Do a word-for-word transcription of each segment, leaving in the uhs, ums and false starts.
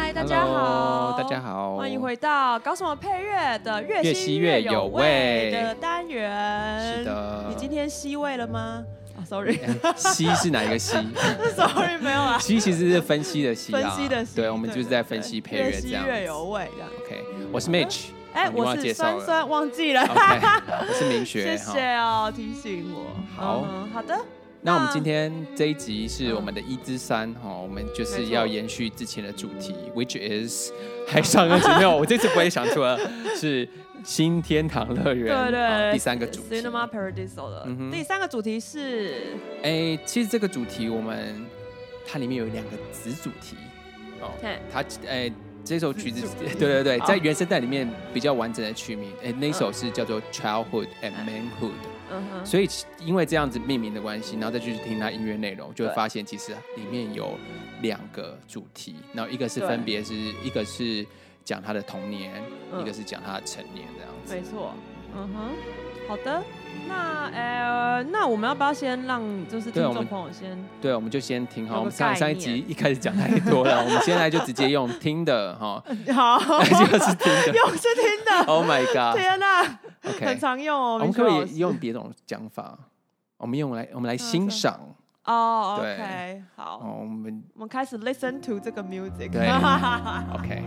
嗨，大家好， 大家好， 欢迎回到搞什么配乐的越吸越有味的单元。 是的， 你今天吸味了吗？啊 ，sorry， 吸是哪一个吸 ？sorry， 没有啦。 吸其实是分析的吸啊， 分析的吸。 对，我们就是在分析配乐这样。 越吸越有味这样。 OK， 我是 Mitch。 哎、欸，我是酸酸，忘记了。 okay, 我是明学， 谢谢哦，提醒我。 好， 嗯、好的。 那我们今天这一集是我们的一之三哈，我们就是要延续之前的主题 ，which is 还上个集没有，我这次不会想出了，是新天堂乐园。 对 对, 對， 第三个主题 Cinema Paradiso 的、嗯、第三个主题是， 哎、欸，其实这个主题我们它里面有两个子主题哦，它哎、欸。这首曲子，对对对，在原声带里面比较完整的曲名，哎，那首是叫做 Childhood and Manhood，、嗯、所以因为这样子命名的关系，然后再去听它音乐内容，就会发现其实里面有两个主题，然后一个是分别是一个是讲他的童年，一个是讲他的成年这样子。 没错，嗯哼，好的。那呃，那我们要不要先让就是听众朋友先？ 对，我们就先听哈。我们上上一集一开始讲太多了，我们现在就直接用听的哈。 好， 就是听的， 又是听的。 Oh my god！ 天哪 ，OK， 很常用哦。 我们可不可以用别种讲法？我们用来，我们来欣赏。 哦、oh, ，OK， 好。 哦，我们我们开始 listen to 这个 music。 对，OK。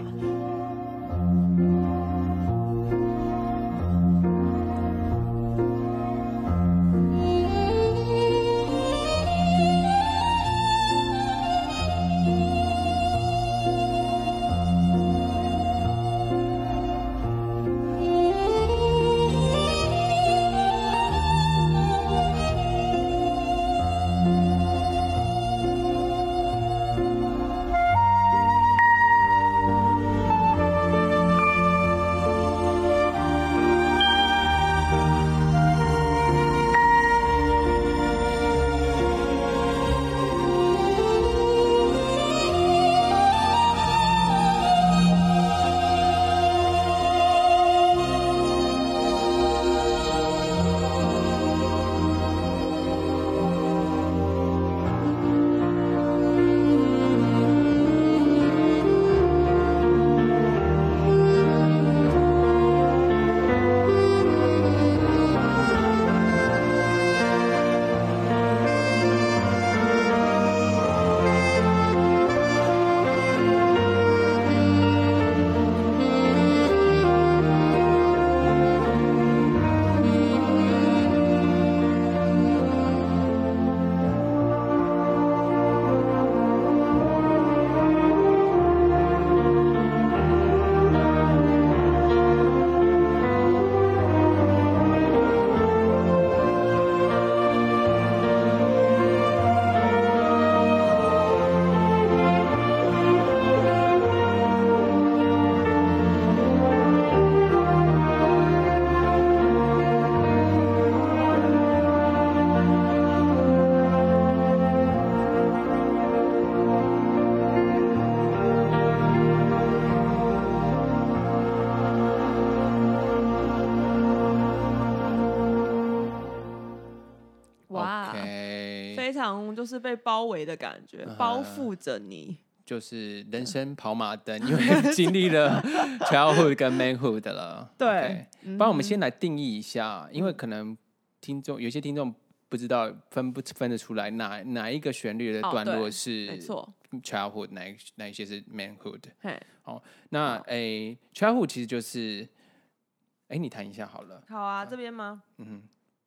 就是被包围的感觉，嗯、包覆着你， 就是人生跑马灯，因为经历了 childhood 跟 manhood 了。 对， okay, 不然我们先来定义一下，嗯、因为可能听众有些听众不知道分不分得出来哪哪一个旋律的段落是 childhood， 哪一哪一些是 manhood。好，那诶 childhood 其实就是，哎，你弹一下好了。 好啊，这边吗？嗯哼。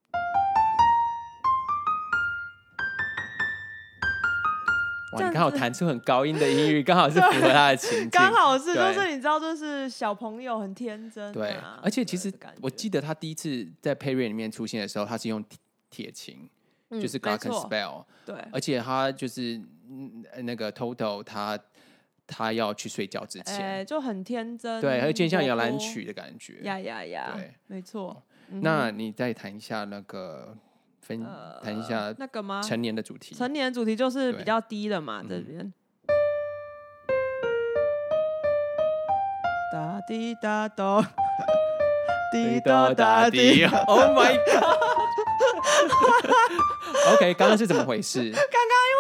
哇，你刚好弹出很高音的音域，刚好是符合他的情境。 刚好是，就是你知道，就是小朋友很天真、啊。 对，而且其实我记得他第一次在配乐里面出现的时候，他是用铁琴，嗯、就是 Glockenspiel。对，而且他就是那个 Toto 他他要去睡觉之前， 欸、就很天真， 对，而且像摇篮曲的感觉。 呀呀呀，对，没错。 嗯、那你再弹一下那个。分谈一下那个吗？ 成年的主题， 成年的主题就是比较低的嘛，这边。哒滴哒哆，滴哒哒滴。 Oh my god！OK， 刚刚是怎么回事？刚刚因为它有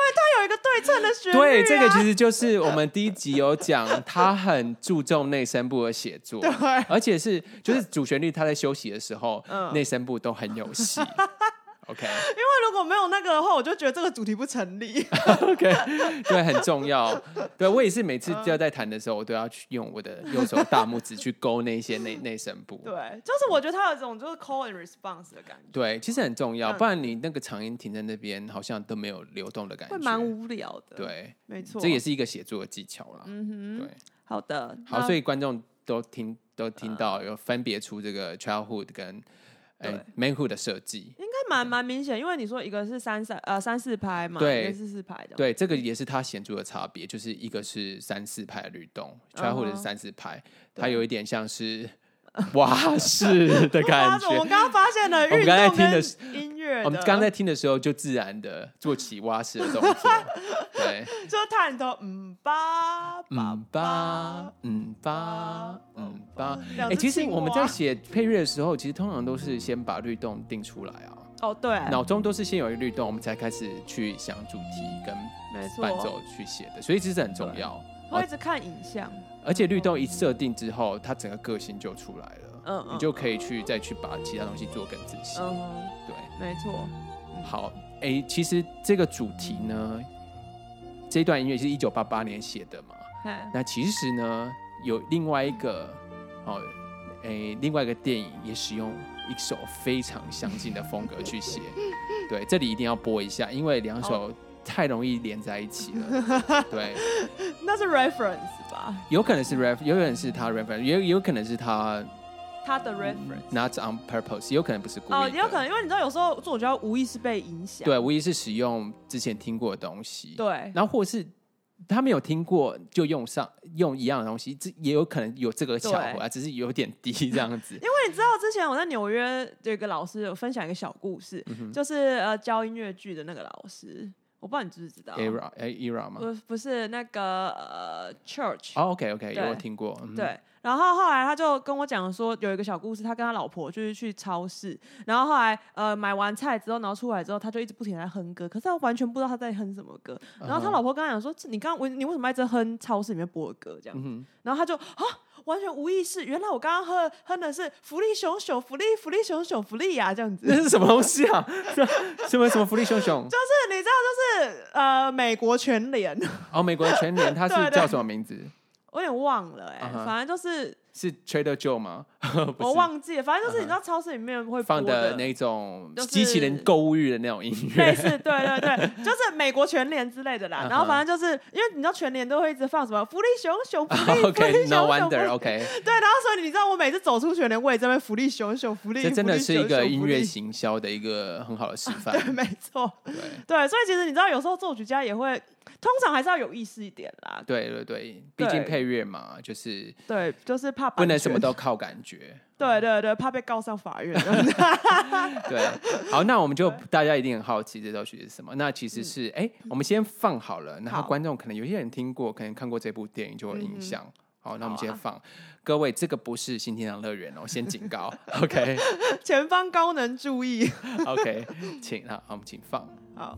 有一个对称的旋律、啊。 对，这个其实就是我们第一集有讲，他很注重内声部的写作， 对， 而且是就是主旋律，他在休息的时候， 嗯、 内声部都很有戏。OK， 因为如果没有那个的话，我就觉得这个主题不成立。 OK， 对，很重要。对，我也是每次要在弹的时候，我都要去用我的右手大拇指去勾那些内内声部。 对，就是我觉得它有一种就是 call and response 的感觉。 对，其实很重要，不然你那个长音停在那边，好像都没有流动的感觉， 会蛮无聊的。 对， 没错， 这也是一个写作的技巧啦。 嗯哼， 对， 好的， 好，所以观众都听都听到有分别出这个 childhood 跟。欸、manhood 的设计应该蛮蛮明显，因为你说一个是三三呃三四拍嘛， 对， 一个是四拍的， 对，这个也是它显著的差别，就是一个是三四拍的律动 ，childhood 是三四拍，它有一点像是蛙式的感觉。 我们刚刚发现了运动跟音乐， 我们刚刚在听的时候就自然的做起蛙式的动作，对， 就探头嗯吧嗯吧嗯吧嗯吧。哎、欸，其实我们在写配乐的时候，其实通常都是先把律动定出来啊。 哦，对， 脑中都是先有一个律动，我们才开始去想主题跟伴奏去写的，所以这是很重要。 会一直看影像， 而且律动一设定之后，它整个个性就出来了，嗯，你就可以去再去把其他东西做更仔细。嗯，对， 没错。 好，哎、欸，其实这个主题呢，这段音乐是一九八八年写的嘛，那其实呢，有另外一个哦，哎、欸，另外一个电影也使用一首非常相近的风格去写。对，这里一定要播一下，因为两首。太容易连在一起了，对， 那是 reference 吧？ 有可能是 ref， 有可能是他 reference， 也有可能是他他的 reference，not on purpose， 有可能不是故意的。 哦，也有可能，因为你知道有时候作曲家无意识被影响， 对，无意识使用之前听过的东西， 对， 然后或是他没有听过就用上用一样的东西，这也有可能有这个巧合啊，只是有点低这样子。 因为你知道之前我在纽约有一个老师有分享一个小故事，嗯、就是呃教音乐剧的那个老师。我不知道你知不知道 ？Era Era 吗？ 不不是那个呃 Church。 哦 ，OK OK， 有听过。 嗯、对，然后后来他就跟我讲说，有一个小故事，他跟他老婆就是去超市，然后后来呃买完菜之后，然后出来之后，他就一直不停在哼歌，可是他完全不知道他在哼什么歌。然后他老婆跟他讲说：“你刚刚你为什么一直哼超市里面播的歌这样子？”嗯、然后他就啊。完全无意识，原来我刚刚哼哼的是福利熊熊，福利福利熊熊福利呀、啊，这样子。 那是什么东西啊？什么什么福利熊熊？ 就是你知道，就是呃，美国全联。 哦，美国全联，它是叫什么名字？ 我有点忘了哎、欸， uh-huh. 反正就是是 Trader Joe 吗？ 我忘记了，反正就是你知道超市里面会放的那种机器人购物欲的那种音乐， 类似，对对对，就是美国全联之类的啦。Uh-huh. 然后反正就是因为你知道全联都会一直放什么福利熊熊福利， OK， 福利熊熊 No wonder OK。 对，然后所以你知道我每次走出全联，我也在那边福利熊熊福利， 这真的是一个音乐行销的一个很好的示范。 对，没错， 对对，所以其实你知道有时候作曲家也会。通常还是要有意识一点啦。 对对对，毕竟配乐嘛，就是对，就是怕不能什么都靠感觉。 对对对，怕被告上法院。 对，好，那我们就大家一定很好奇这首曲是什么。那其实是，哎、嗯，我们先放好了，然后观众可能有些人听过，可能看过这部电影就有印象。嗯、好，那我们先放。啊、各位，这个不是新天堂乐园哦，先警告。OK， 前方高能注意。 OK， 请，好，我们请放。 好。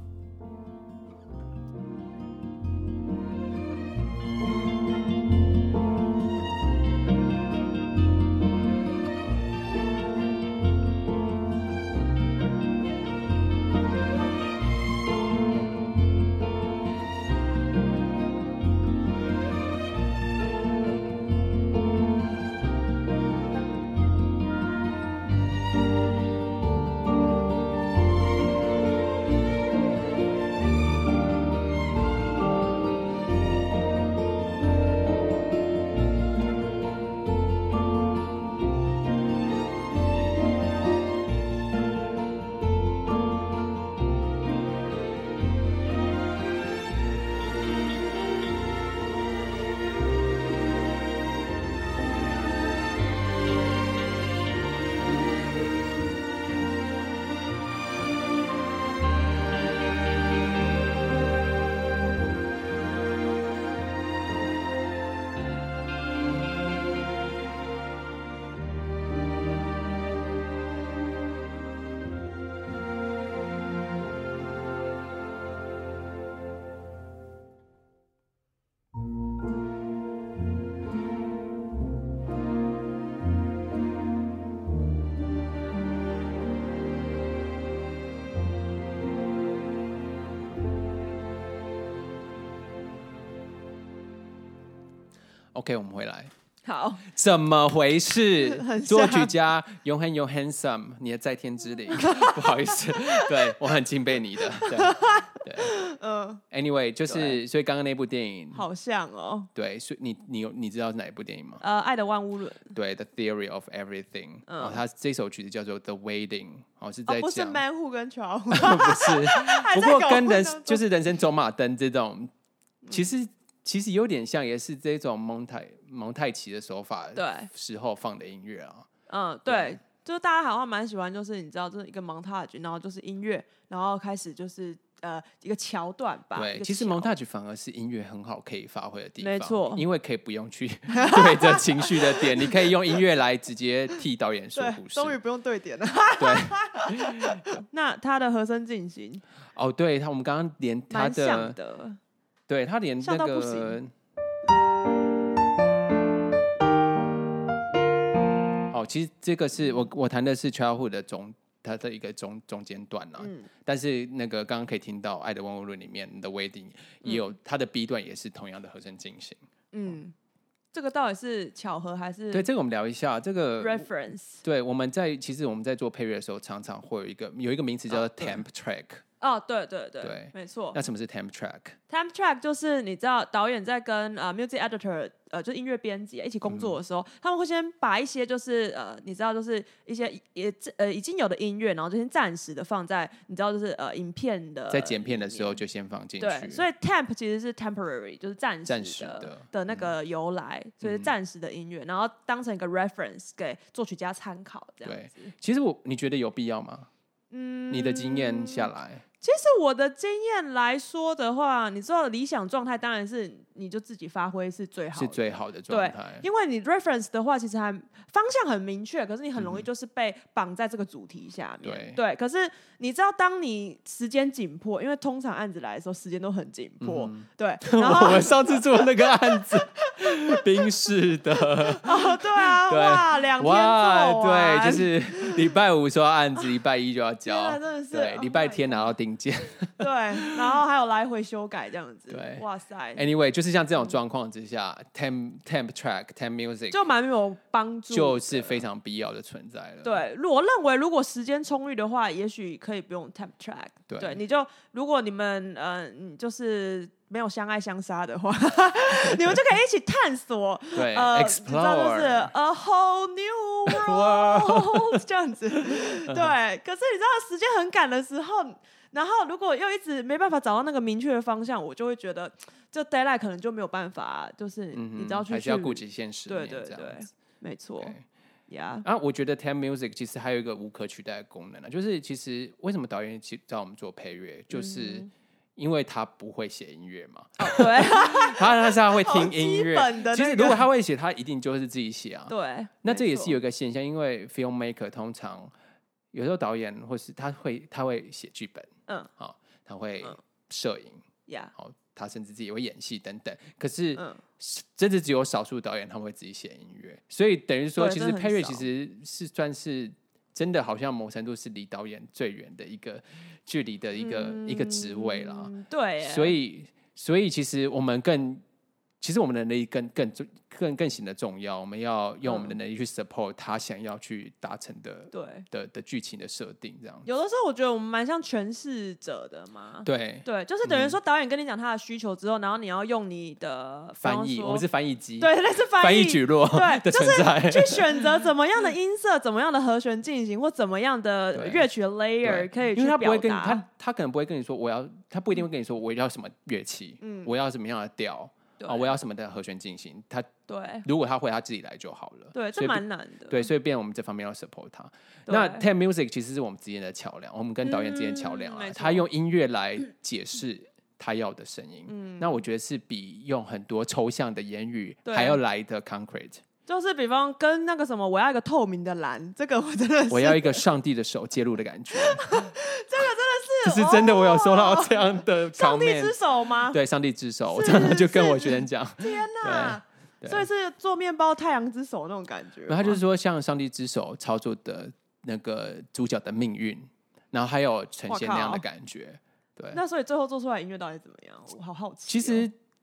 OK， 我们回来。 好， 怎么回事？作曲家永恒永 handsome， 你的在天之灵，不好意思，对我很敬佩你的。对，对嗯 ，anyway， 就是所以刚刚那部电影好像哦。 对，所以你你有你知道是哪一部电影吗？ 呃，《爱的万物论》。 对，《The Theory of Everything》。嗯，哦，它这首曲子叫做《The Waiting》，哦，是在讲、哦、 不是 Man Who 跟 Child Who 不是，不过跟人就是人生走马灯这种，其实。其实有点像，也是这种蒙太蒙太奇的手法，对时候放的音乐啊。 嗯，对，对就是大家好像蛮喜欢，就是你知道，就是一个 montage， 然后就是音乐，然后开始就是呃一个桥段吧。 对，其实 montage 反而是音乐很好可以发挥的地方， 没错， 因为可以不用去对着情绪的点，你可以用音乐来直接替导演说故事。 终于不用对点了。 对， 那他的和声进行， 哦，对他，我们刚刚连他的。 蛮像的对他连那个，哦，其实这个是我我弹的是 Childhood 的中，它的一个中中间段啊。嗯、但是那个刚刚可以听到《爱的万物论》里面的 Waiting 也有它的 B 段也是同样的和声进行。嗯， 这个到底是巧合还是？ 对，这个我们聊一下这个 reference。 对，我们在其实我们在做配乐的时候，常常会有一个有一个名词叫做 temp track。 哦，对对 对, 对没错。 那什么是 temp track？temp track 就是你知道导演在跟呃 music editor 呃就是音乐编辑一起工作的时候，嗯、他们会先把一些就是呃你知道就是一些也呃已经有的音乐，然后就先暂时的放在你知道就是呃影片的在剪片的时候就先放进去。 对，所以 temp 其实是 temporary， 就是暂时的时的, 的那个由来，嗯、所以是暂时的音乐，然后当成一个 reference 给作曲家参考这样子。 对，其实我你觉得有必要吗？嗯，你的经验下来。 其实我的经验来说的话，你知道理想状态当然是你就自己发挥是最好的， 是最好的状态。 因为你 reference 的话，其实还方向很明确，可是你很容易就是被绑在这个主题下面。嗯、对, 对，可是你知道，当你时间紧迫，因为通常案子来的时候时间都很紧迫，嗯、对。然后我们上次做那个案子，宾士的哦，对啊，对哇，两天做完，对，就是礼拜五说案子，礼拜一就要交， 真的是对，礼拜天拿到订。 对，然后还有来回修改这样子， 对， 哇塞 ！Anyway， 就是像这种状况之下 ，temp temp track temp music 就蛮有帮助， 就是非常必要的存在了。 对，我认为如果时间充裕的话，也许可以不用 temp track。对，对你就如果你们呃，就是没有相爱相杀的话，你们就可以一起探索， 对， 呃 ，explore， 就是 a whole new world 这样子。对，可是你知道时间很赶的时候。然后，如果又一直没办法找到那个明确的方向，我就会觉得，这 deadline 可能就没有办法，就是你知道去， 还是要顾及现实面， 对对对，没错。呀、 yeah. 啊，我觉得 temp music 其实还有一个无可取代的功能呢，就是其实为什么导演找我们做配乐，就是因为他不会写音乐嘛。 哦、对， 他但是他会听音乐。 那個、 其实如果他会写，他一定就是自己写啊。 对， 那这也是有一个现象，因为 filmmaker 通常有时候导演或是他会他会写剧本。嗯，好、哦，他会摄影，呀、嗯，好、哦，他甚至自己会演戏等等。可是，嗯，真的只有少数导演他们会自己写音乐，所以等于说，其实配乐其实是算是真的，好像某程度是离导演最远的一个距离的一个、嗯、一个职位啦。 对， 所以，所以其实我们更，其实我们的能力更更更更显得重要。我们要用我们的能力去 support 他想要去达成的，对的的剧情的设定，这样。 有的时候我觉得我们蛮像诠释者的嘛。 对对，就是等于说导演跟你讲他的需求之后，嗯、然后你要用你的翻译，我们是翻译机， 对，类似翻译翻译举落的存在， 就是去选择怎么样的音色、怎么样的和弦进行，或怎么样的乐曲的 layer 可以去表达。因为他不会跟他，他可能不会跟你说我要，他不一定会跟你说我要什么乐器，嗯，我要什么样的调。啊、哦，我要什么的和弦进行，他对， 如果他会，他自己来就好了。 对，这蛮难的。 对，所以变我们这方面要 support 他。那 temp music 其实是我们之间的桥梁，我们跟导演之间的桥梁啊、嗯，他用音乐来解释他要的声音。嗯，那我觉得是比用很多抽象的言语还要来的 concrete。 就是比方跟那个什么，我要一个透明的蓝，这个我真的是我要一个上帝的手介入的感觉。 这个真的是， 这是真的，我有收到这样的 comment。 上帝之手吗？ 对，上帝之手，我常常就跟我学生讲。 天哪！所以是做面包太阳之手那种感觉。 他就是说，像上帝之手操作的那个主角的命运，然后还有呈现那样的感觉。对。 那所以最后做出来音乐到底怎么样？我好好奇、哦。 其实。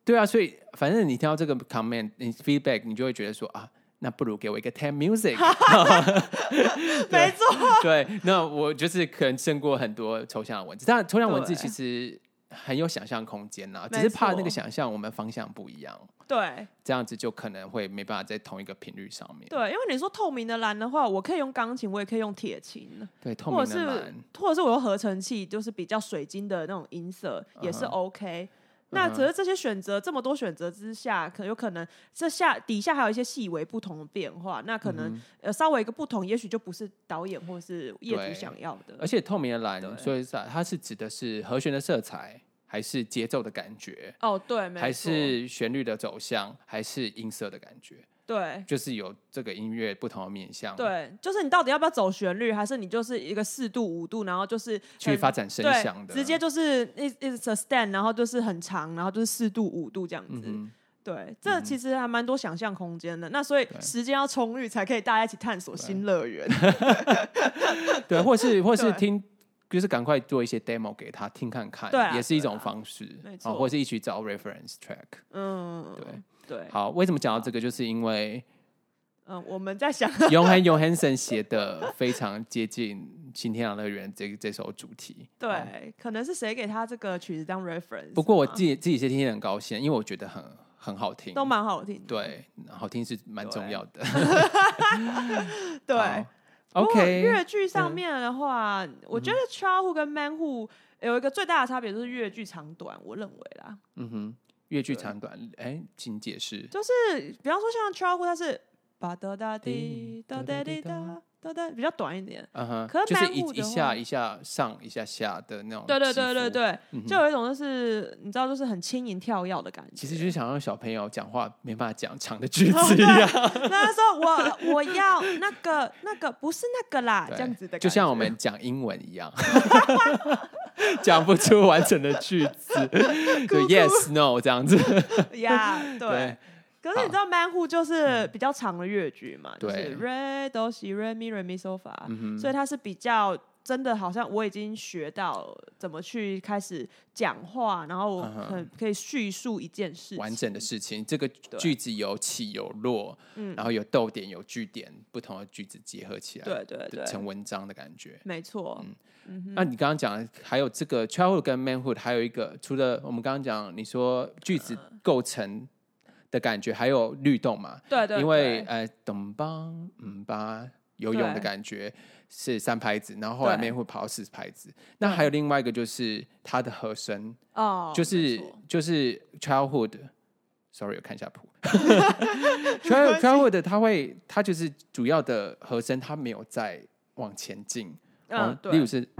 对啊，所以反正你听到这个 comment 你 feedback 你就会觉得说啊，那不如给我一个 Tab Music 没错， 对，那我就是可能胜过很多抽象的文字，但抽象文字其实很有想象空间啦，只是怕那个想象我们方向不一样， 对， 这样子就可能会没办法在同一个频率上面。 对，因为你说透明的蓝的话，我可以用钢琴，我也可以用铁琴， 对，透明的蓝， 或者是或者是我用合成器，就是比较水晶的那种音色，也是 OK。Uh-huh.那只是这些选择，这么多选择之下，可有可能这下底下还有一些细微不同的变化。那可能、嗯呃、稍微一个不同，也许就不是导演或是业主想要的。而且透明的蓝，所以它是指的是和弦的色彩，还是节奏的感觉？ 哦，对，没错， 还是旋律的走向，还是音色的感觉？ 对， 就是有这个音乐不同的面向。 对，就是你到底要不要走旋律，还是你就是一个四度五度，然后就是去发展声响的， 直接就是 it's a stand， 然后就是很长，然后就是四度五度这样子。嗯、对，这其实还蛮多想象空间的。那所以时间要充裕，才可以大家一起探索新乐园。 对，或是或是听。就是赶快做一些 demo 给他听看看， 啊、 也是一种方式， 没错、 哦，或是一起找 reference track。 嗯， 对对。 好，为什么讲到这个？就是因为， 嗯，我们在想 Johan Johansson 写的非常接近《新天堂乐园》这这首主题。 对、哦，可能是谁给他这个曲子当 reference？ 不过我自己自己是听得很高兴，因为我觉得很很好听， 都蛮好听的。 对，好听是蛮重要的。 对。 对 OK， 乐剧上面的话，嗯、我觉得 childhood 跟 manhood 有一个最大的差别，就是乐剧长短。我认为啦， 嗯哼，乐剧长短，哎，请解释。 就是比方说像 childhood， 它是吧哒哒滴哒哒滴哒哒哒，比较短一点。 嗯哼， 可是 manhood 就是一下一下上一下下的那种。 对对对对对，嗯、就有一种就是你知道，就是很轻盈跳跃的感觉。 其实就是想让小朋友讲话没办法讲长的句子一样。 那他说我我要那个那个不是那个啦，这样子的感觉， 就像我们讲英文一样。讲不出完整的句子，就 yes no 这样子呀， yeah, 对。对，可是你知道 manhood 就是比较长的乐句嘛，就是 re do si re mi re mi so fa，嗯、所以它是比较真的，好像我已经学到怎么去开始讲话，然后可可以叙述一件事情完整的事情。这个句子有起有落，然后有逗点有句点，不同的句子结合起来， 对对对， 成文章的感觉。 没错。嗯嗯、那你刚刚讲还有这个 childhood 跟 manhood， 还有一个除了我们刚刚讲，你说句子构成的感觉，还有律动嘛？ 对 对, 对， 因为呃，咚邦嗯吧，游泳的感觉是三拍子，然后后来 manhood 跑到四拍子。那还有另外一个就是它的和声哦，就是就是 childhood。Sorry， 我看一下谱。childhood 它会，它就是主要的和声，它没有再往前进。嗯，例如是，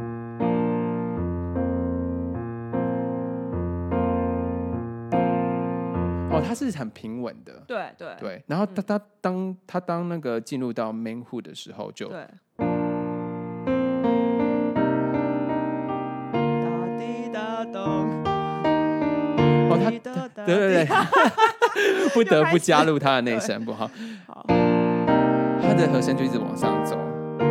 哦，它是很平稳的， 对对对。然后他他、嗯、当他当那个进入到 manhood 的时候就， 对。 哦，他对对对，不得不加入他的内声，不好。好，他的和声就一直往上走。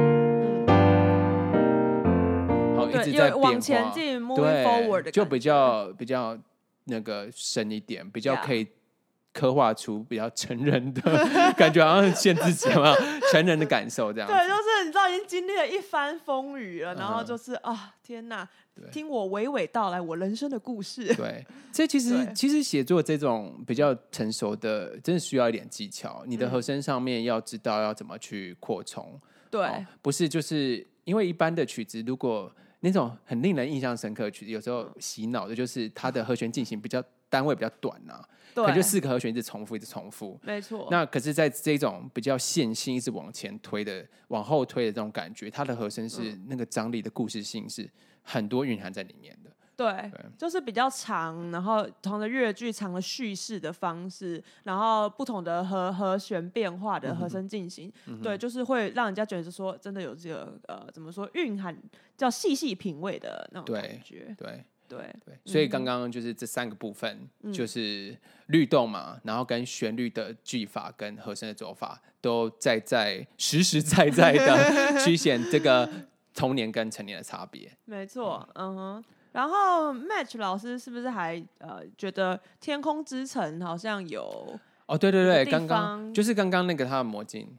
一直在变化， 往前进 ，moving forward 的， 就比较比较那个深一点，比较可以刻画出比较成人的感觉，好像限制级嘛，成人的感受这样。 对，就是你知道已经经历了一番风雨了，然后就是、嗯、啊，天哪，听我娓娓道来我人生的故事。 对，所以其实其实写作这种比较成熟的，真的需要一点技巧。你的和声上面要知道要怎么去扩充， 对、 哦，不是就是因为一般的曲子如果。那种很令人印象深刻的曲子，有时候洗脑的就是它的和弦进行比较单位比较短啊，可能就四个和弦一直重复，一直重复。 没错。 那可是，在这种比较线性一直往前推的、往后推的这种感觉，它的和声是、嗯、那个张力的故事性是很多蕴含在里面的。 对，对，就是比较长，然后不同的乐句、长的叙事的方式，然后不同的和和弦变化的和声进行，嗯、对，就是会让人家觉得说，真的有这个呃，怎么说，蕴含叫细细品味的那种感觉。 对对 对, 对，所以刚刚就是这三个部分，嗯、就是律动嘛，然后跟旋律的句法跟和声的走法，都在在实实在在的凸显这个童年跟成年的差别。 没错，嗯哼。 然后 Match 老师是不是还呃觉得天空之城好像有哦，对对对，刚刚就是刚刚那个他的魔镜。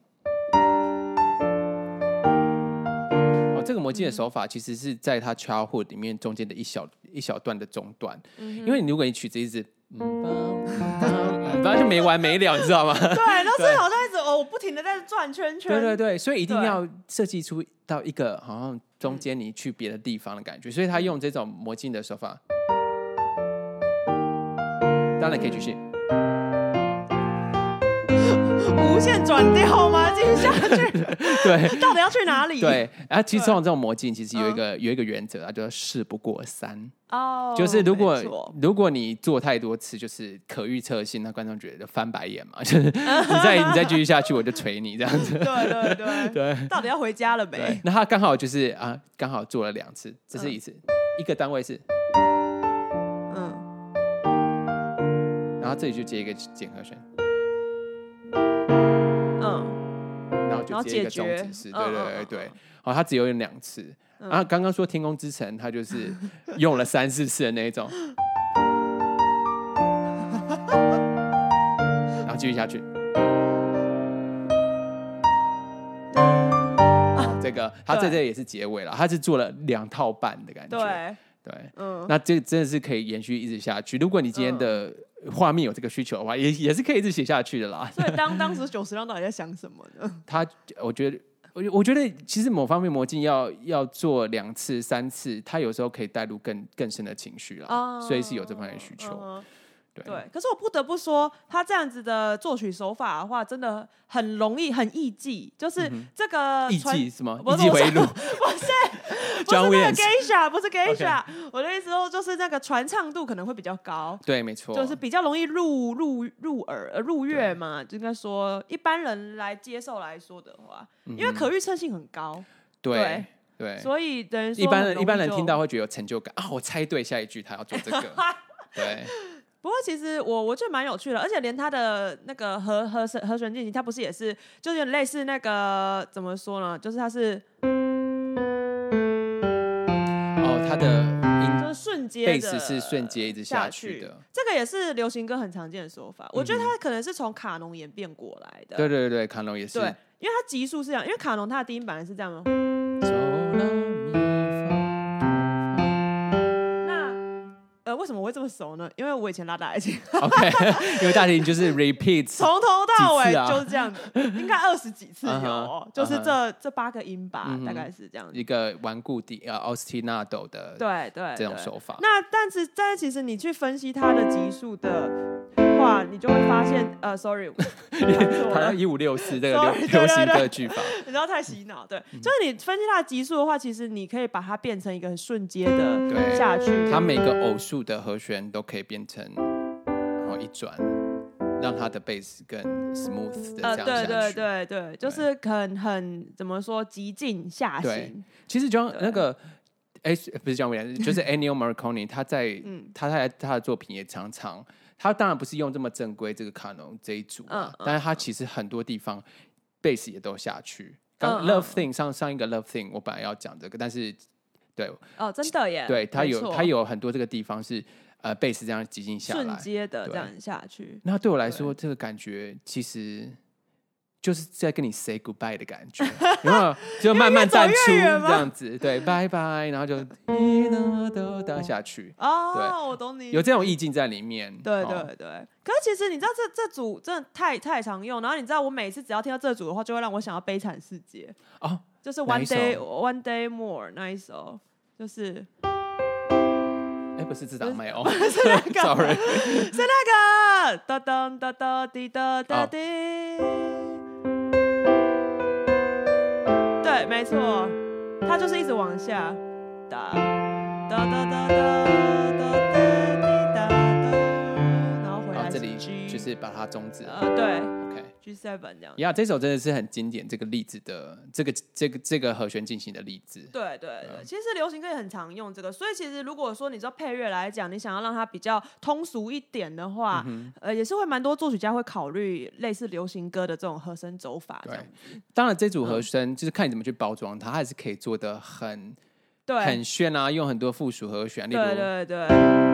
哦，这个魔镜的手法其实是在他 Childhood 里面中间的一小一小段的中段，嗯、因为如果你曲子一直嗯，反正就没完没了，你知道吗？对， 然后所以好像一直哦，不停的在转圈圈。 对对对，所以一定要设计出到一个好像中间你去别的地方的感觉，所以他用这种魔镜的手法，当然可以继续。 无限转调吗？继续下去？ 对， 到底要去哪里？ 对，然后其实这种这种魔镜其实有一个、嗯、有一个原则，它叫事不过三。 哦， 就是如果如果你做太多次，就是可预测性，那观众觉得翻白眼嘛，就是你再你再继续下去，我就捶你这样子。 对对对对，到底要回家了没？ 那他刚好就是啊，刚好做了两次，这是一次、嗯，一个单位是，嗯，然后这里就接一个减和弦。然后就接一个中指式，对对对对，好、哦，他只有两次。嗯、然后刚刚说天空之城，他就是用了三四次的那一种，然后继续下去。啊、这个他在这也是结尾了，他是做了两套半的感觉。 对对，嗯，那这真的是可以延续一直下去。如果你今天的画面有这个需求的话，也也是可以一直写下去的啦。 所以当当时久石让到底在想什么呢？ 他，我觉得，我我觉得其实某方面魔镜要要做两次、三次，他有时候可以带入更更深的情绪啦，哦、所以是有这方面的需求。嗯对, 对，可是我不得不说，他这样子的作曲手法的话，真的很容易，很易记。就是这个易记是吗？易记回路不是不是那个 geisha， 不是 geisha、okay. 我的意思说，就是那个传唱度可能会比较高。 对，没错， 就是比较容易入入入耳、呃、入乐嘛，就应该说一般人来接受来说的话，嗯、因为可预测性很高。 对。对对， 所以等于说一般人一般人听到会觉得有成就感啊！我猜对下一句他要做这个，对。 不过其实我我觉得蛮有趣的，而且连他的那个和和和弦进行，他不是也是就是有点类似那个怎么说呢？就是他是哦，他的音就是瞬接贝斯是瞬接一直下去的， 这个也是流行歌很常见的说法。我觉得他可能是从卡农演变过来的。 对对对，卡农也是。 对，因为他级数是这样，因为卡农他的低音本来是这样的。呃，为什么我会这么熟呢？因为我以前拉大提琴。 OK， 因为大提琴就是 repeat， 从头到尾就是这样子，应该二十几次有、哦， uh-huh, 就是这、uh-huh. 这八个音吧， uh-huh. 大概是这样子。 一个顽固的呃 ostinato 的对对这种手法。 那但是但是其实你去分析它的级数的话，你就会发现呃 ，sorry， 好像一五六四这个流流行歌句法， 你知道太洗脑。对，嗯、就是你分析它的级数的话，其实你可以把它变成一个很瞬接的下去， 它每个偶数的和弦都可以变成然后一转，让它的贝斯更 smooth 的这样下去。 呃、对对对对，就是很很怎么说极尽下行。 其实 John 那个哎不是 John Williams， 就是 Ennio Morricone， 他在、嗯、他在他的作品也常常。他当然不是用这么正规这个卡农这一组、啊嗯嗯，但是他其实很多地方贝斯也都下去。刚、嗯、Love Thing 上上一个 Love Thing 我本来要讲这个，但是对哦，真的耶， 对他有他有很多这个地方是呃贝斯这样挤进下来， 瞬接的这样下去。 那对我来说，这个感觉其实就是在跟你 say goodbye 的感觉，有没有？就慢慢淡出这样子，对，拜拜，然后就哒下去。 哦，对，我懂你， 有这种意境在里面。 对对对。哦、可是其实你知道这这组真的太太常用，然后你知道我每次只要听到这组的话，就会让我想到《悲惨世界》哦，就是 One Day One Day More 那一首，就是。 哎，不是自打麦哦， 是那个 ，sorry， 是那个哒哒哒哒滴哒哒滴。对，没错，它就是一直往下，哒哒哒哒哒哒滴哒哒，然后回来这里就是把它终止。 呃，对 ，OK， G 七 这样。 呀，这首真的是很经典，这个例子的这个这个这个和弦进行的例子。 对对对，其实流行歌也很常用这个，所以其实如果说你知道配乐来讲，你想要让它比较通俗一点的话，嗯、呃，也是会蛮多作曲家会考虑类似流行歌的这种和声走法这样子。 当然，这组和声、嗯、就是看你怎么去包装它，它还是可以做得很对， 很炫啊，用很多附属和弦，例如对对对，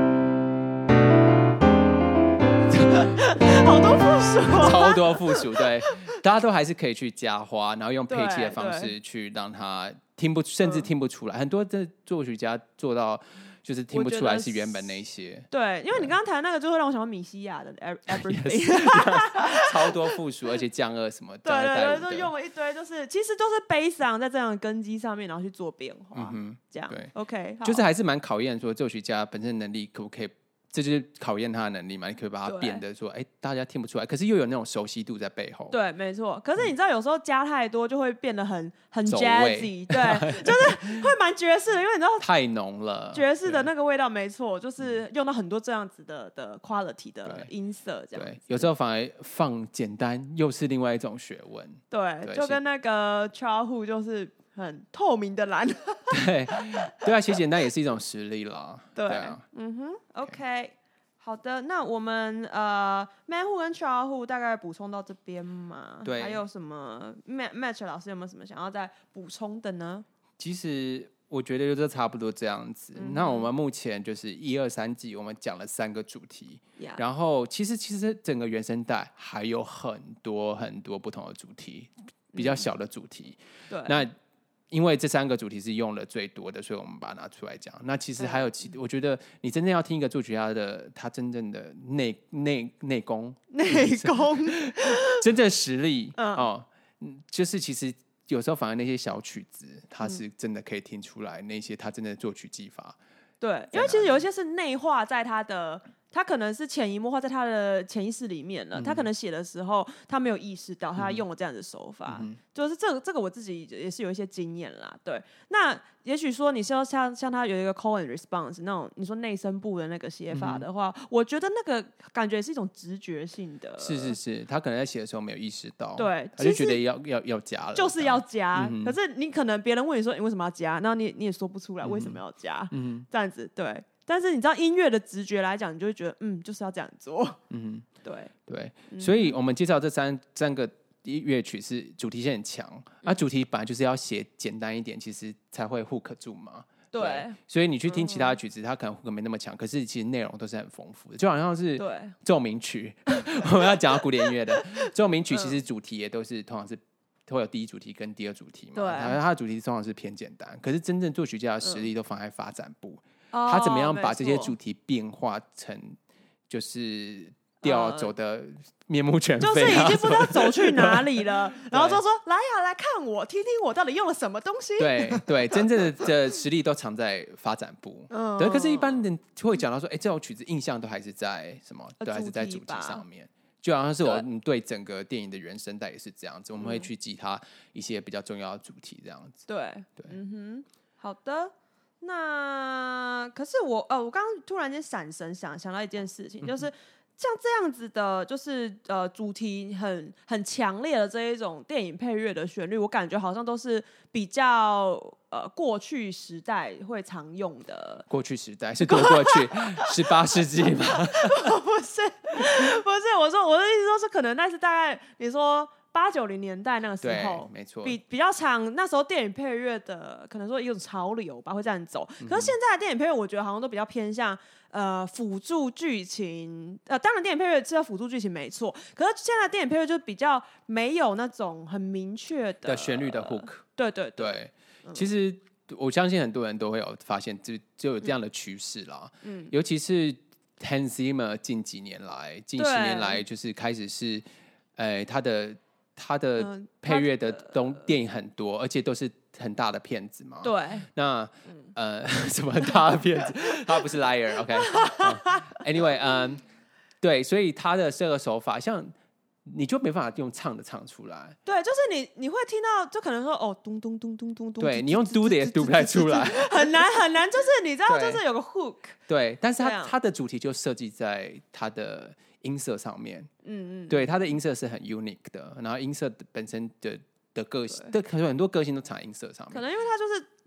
好多附属、啊， 超多附属，对，大家都还是可以去加花，然后用配器的方式去让它听不，甚至听不出来。很多的作曲家做到。就是听不出来是原本那些， 对，因为你刚刚谈那个，就会让我想到米西亚的 Everything， 超多附属，而且降二什么， 对对对，就用了一堆，就是其实都是 base 上在这样的根基上面，然后去做变化，嗯、这样对 ，OK， 就是还是蛮考验说作曲家本身能力可不可以。这就是考验他的能力嘛，你可以把它变得说，哎，大家听不出来，可是又有那种熟悉度在背后。 对，没错。可是你知道，有时候加太多就会变得很很 jazzy， 对，就是会蛮爵士的，因为你知道太浓了， 爵士的那个味道没错，就是用到很多这样子的的 quality 的音色，这样子。 对，有时候反而放简单又是另外一种学问。 对，对就跟那个 Childhood 就是很透明的蓝。 对，对啊，写简单也是一种实力啦。 对， 对啊， 嗯哼 ，OK， 好的，那我们呃 Manhood 跟 Childhood 大概补充到这边嘛？ 对， 还有什么 Match 老师有没有什么想要再补充的呢？ 其实我觉得就差不多这样子。嗯、那我们目前就是一二三季，我们讲了三个主题， yeah. 然后其实其实整个原声带还有很多很多不同的主题，比较小的主题。 嗯、对， 那因为这三个主题是用了最多的，所以我们把它拿出来讲。那其实还有其，我觉得你真正要听一个作曲家的他真正的内内内功， 内功， 真正实力、 嗯、 哦，就是其实有时候反而那些小曲子，他是真的可以听出来那些他真的作曲技法。 对，因为其实有一些是内化在他的。他可能是潜移默化在他的潜意识里面了，嗯、他可能写的时候他没有意识到他用了这样的手法，嗯、就是这个这个我自己也是有一些经验啦。对，那也许说你说像像他有一个 call and response 那种你说内声部的那个写法的话，嗯、我觉得那个感觉是一种直觉性的。 是是是，他可能在写的时候没有意识到， 对， 他就觉得要要要加了， 就是要加。嗯、可是你可能别人问你说你为什么要加，然后你你也说不出来为什么要加，嗯、这样子对。但是你知道音乐的直觉来讲，你就会觉得，嗯，就是要这样做。嗯，对对，嗯、所以我们介绍这三三个乐曲是主题性很强，嗯、啊，主题本来就是要写简单一点，其实才会 hook 住嘛。 对， 对所以你去听其他的曲子，嗯、它可能 hook 没那么强，可是其实内容都是很丰富的，就好像是奏鸣曲，我们要讲到古典音乐的奏鸣曲，其实主题也都是通常是。会有第一主题跟第二主题嘛？ 对， 它的主题通常是偏简单，可是真正作曲家的实力都放在发展部。嗯、他怎么样把这些主题变化成，就是调走的面目全非、啊， 就是已经不知道走去哪里了。然后就说：“来呀、啊，来看我，听听我到底用了什么东西。” 对对，真正的的实力都藏在发展部。嗯，对。可是，一般人会讲到说：“哎、欸，这首曲子印象都还是在什么？都还是在主题上面。”就好像是我们对整个电影的原声带也是这样子，我们会去记它一些比较重要的主题，这样子。 对对， 嗯哼，好的。那可是我呃，我刚刚突然间闪神想想到一件事情，嗯、就是像这样子的，就是呃主题很很强烈的这一种电影配乐的旋律，我感觉好像都是比较呃过去时代会常用的。 过去时代是多过去？十八世纪吗？ 不是，不是，我说我的意思说是可能那是大概你说。八九零年代那个时候， 没错， 比比较长。那时候电影配乐的可能说一种潮流吧，会这样走。可是现在的电影配乐，我觉得好像都比较偏向呃辅助剧情。呃，当然电影配乐是要辅助剧情没错，可是现在的电影配乐就比较没有那种很明确 的, 的旋律的 hook。 对对对, 对、嗯，其实我相信很多人都会有发现，就就有这样的趋势啦。嗯，尤其是 Hans Zimmer 近几年来，近十年来就是开始是，呃，他的。他的配乐的东电影很多，而且都是很大的片子嘛。 对。 那、嗯、呃，什么很大的片子？他不是 liar，OK、okay? 嗯。Anyway， 嗯，对，所以他的这个手法，像你就没办法用唱的唱出来。 对，就是你你会听到，就可能说哦，咚咚咚咚咚咚。 对你用嘟的也嘟不太出来， 很难很难。就是你知道，就是有个 hook。 对，但是他他的主题就设计在他的。音色上面，嗯嗯，对，它的音色是很 unique 的，然后音色本身的的个性，对，可能很多个性都藏在音色上面。 可能因为它就是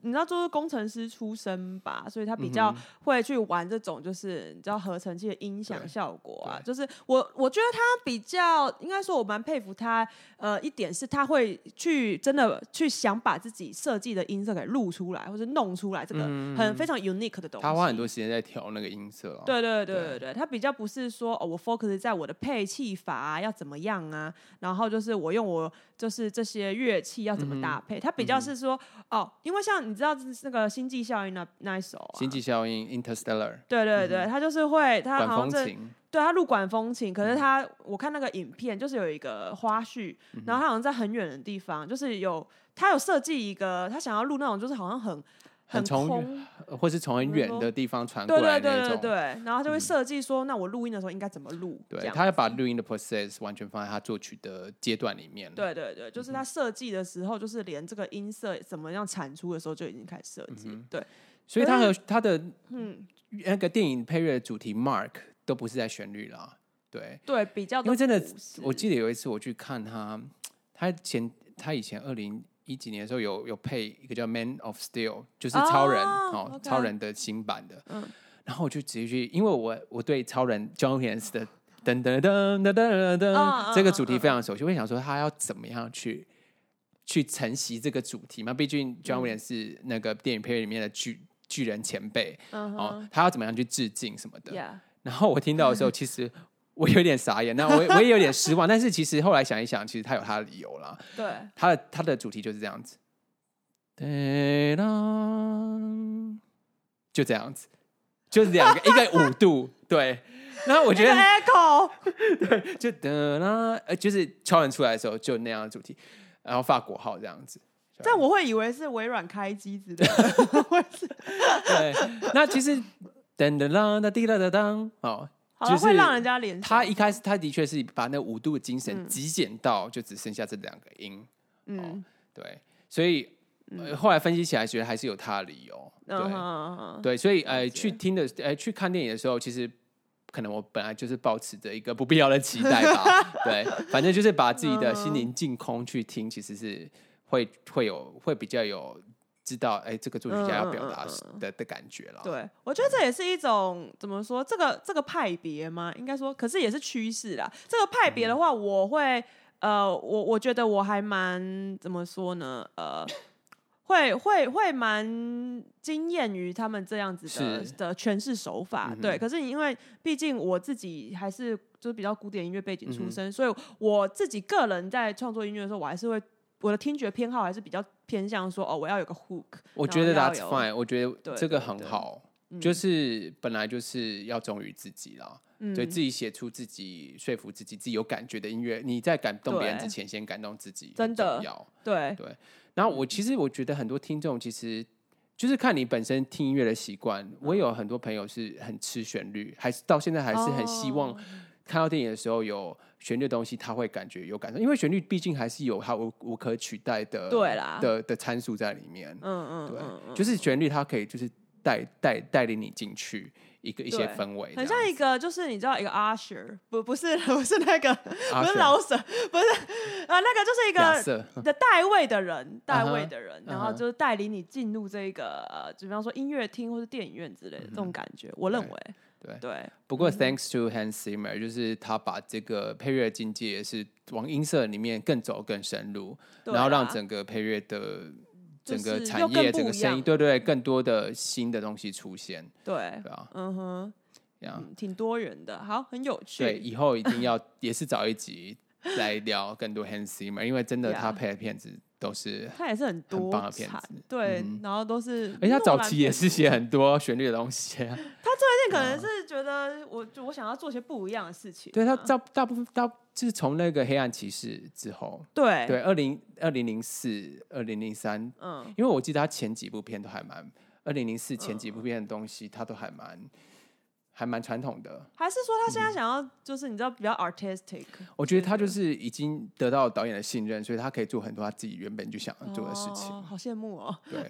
你知道就是工程师出身吧，所以他比较会去玩这种就是你知道合成器的音响效果啊。就是我我觉得他比较应该说我蛮佩服他，呃，一点是他会去真的去想把自己设计的音色给录出来，或者弄出来这个很非常 unique 的东西。 他花很多时间在调那个音色、啊。 对对对对对，他比较不是说哦，我 focus 在我的配器法、啊、要怎么样啊，然后就是我用我就是这些乐器要怎么搭配，他、嗯、比较是说、嗯、哦，因为像你知道那个星际效应那那一首啊， 星际效应 Interstellar， 对对对，他、嗯、就是会他好像管风琴， 对他录管风琴，可是他、嗯、我看那个影片就是有一个花絮，然后他好像在很远的地方，就是有他有设计一个他想要录那种就是好像很。很从或是从很远的地方传过来的那种， 对对对对对，然后他就会设计说、嗯，那我录音的时候应该怎么录？ 对，他要把录音的 process 完全放在他作曲的阶段里面。 对对对，就是他设计的时候，就是连这个音色怎么样产出的时候就已经开始设计、嗯。对， 所以他和他的嗯那个电影配乐的主题 Mark 都不是在旋律啦，对对，比较因为真的，我记得有一次我去看他，他前他以前二零。一几年的时候有有配一个叫 Man of Steel， 就是超人、oh, 哦 okay. 超人的新版的、嗯，然后我就直接去，因为我我对超人 John Williams 的噔噔噔噔噔噔、oh, 这个主题非常熟悉，我、oh, 想说他要怎么样去去承袭这个主题嘛？毕竟 John Williams 是那个电影配乐里面的巨巨人前辈、uh-huh. 哦，他要怎么样去致敬什么的。Yeah. 然后我听到的时候，其实。我有点傻眼，那我我也有点失望，但是其实后来想一想，其实他有他的理由啦。 对， 他的他的主题就是这样子，就这样子，就是两个一个五度，对。然后我觉得 echo， 对，就得啦，就是超人出来的时候就那样的主题，然后法国号这样子。 但我会以为是微软开机之类的， 对。那其实噔噔啦哒滴啦哒当哦。就是会让人家联想。 他一开始他的确是把那五度的精神极简到就只剩下这两个音，嗯、哦，对，所以、呃、后来分析起来，觉得还是有他的理由，对，嗯、对，所以呃，去听的呃，去看电影的时候，其实可能我本来就是抱持着一个不必要的期待吧，对，反正就是把自己的心灵净空去听，其实是会会有会比较有。知道哎，这个作曲家要表达 的,、嗯嗯嗯、的感觉了。 对，我觉得这也是一种怎么说，这个这个派别吗？应该说，可是也是趋势啦。这个派别的话，我会、嗯、呃，我我觉得我还蛮怎么说呢？呃，会会会蛮惊艳于他们这样子的的诠释手法。嗯、对，可是因为毕竟我自己还是就是比较古典音乐背景出身、嗯，所以我自己个人在创作音乐的时候，我还是会。我的听觉偏好还是比较偏向说哦，我要有个 hook。 我觉得 that's fine， 我觉得这个很好，对对对，就是本来就是要忠于自己啦，嗯、对自己写出自己说服自己、自己有感觉的音乐。你在感动别人之前，先感动自己， 真的重要。 对对。然后我其实我觉得很多听众其实就是看你本身听音乐的习惯。嗯、我有很多朋友是很吃旋律，还是到现在还是很希望。哦看到电影的时候有旋律的东西，他会感觉有感受，因为旋律毕竟还是有它 无, 无可取代的对啦的的参数在里面。 嗯嗯， 对， 嗯嗯就是旋律它可以就是带带带领你进去一个一些氛围， 很像一个就是你知道一个 usher 不不是不是那个不是老舍不是啊、呃、那个就是一个的带位的人带位的人， uh-huh, 然后就是带领你进入这个呃，比方说音乐厅或是电影院之类的、嗯、这种感觉，我认为。 对, 对， 不过 thanks to Hans Zimmer，、嗯、就是他把这个配乐境界也是往音色里面更走更深入，然后让整个配乐的整个产业、整个生意，对对，更多的新的东西出现。 对， 对啊， 嗯哼，嗯，挺多元的，好，很有趣。 对，以后一定要也是找一集来聊更多 Hans Zimmer， 因为真的他配的片子。都是他也是很多棒的片子， 对、嗯，然后都是， 而且他早期也是写很多旋律的东西、啊。 他最近可能是觉得我，我我想要做些不一样的事情、啊。 对他大大部分大就是从那个黑暗骑士之后， 对对，二零二零零四、二零零三，嗯，因为我记得他前几部片都还蛮，二零零四前几部片的东西，他都还蛮。还蛮传统的， 还是说他现在想要就是你知道比较 artistic？、嗯、 我觉得他就是已经得到导演的信任，所以他可以做很多他自己原本就想做的事情。 哦、好羡慕哦！ 对，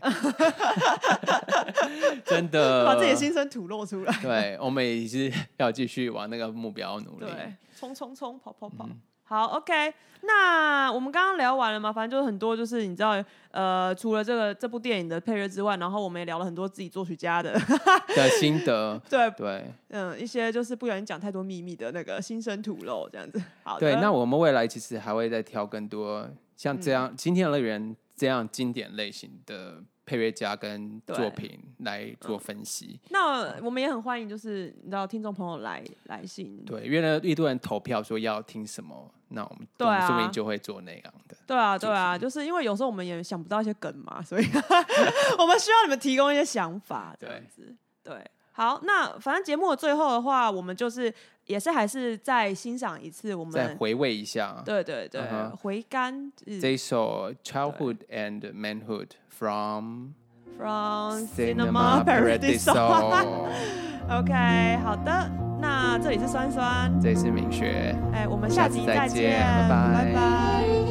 真的把自己的心声吐露出来。 对，我们也是要继续往那个目标努力。 对，冲冲冲，跑跑跑。嗯好 OK， 那我们刚刚聊完了嘛，反正就是很多就是你知道呃，除了这个这部电影的配乐之外，然后我们也聊了很多自己作曲家的的心得， 对对， 嗯，一些就是不小心讲太多秘密的那个心声吐露这样子。好的， 对，那我们未来其实还会再挑更多像这样、嗯、今天的乐园这样经典类型的配乐家跟作品来做分析、 嗯、那我们也很欢迎就是你知道听众朋友来来信， 对，因为呢一堆人投票说要听什么，那我们对、啊、说不定就会做那样的。 对啊对啊，就是因为有时候我们也想不到一些梗嘛，所以我们需要你们提供一些想法这样子。 对, 对，好，那反正节目的最后的话，我们就是也是还是再欣赏一次，我们再回味一下。 对对对，uh-huh. 回甘这一首 Childhood and Manhood from from Cinema Paradiso OK， 好的，那这里是酸酸， 这里是明学， 哎，我们下集再见， 拜拜， 拜拜。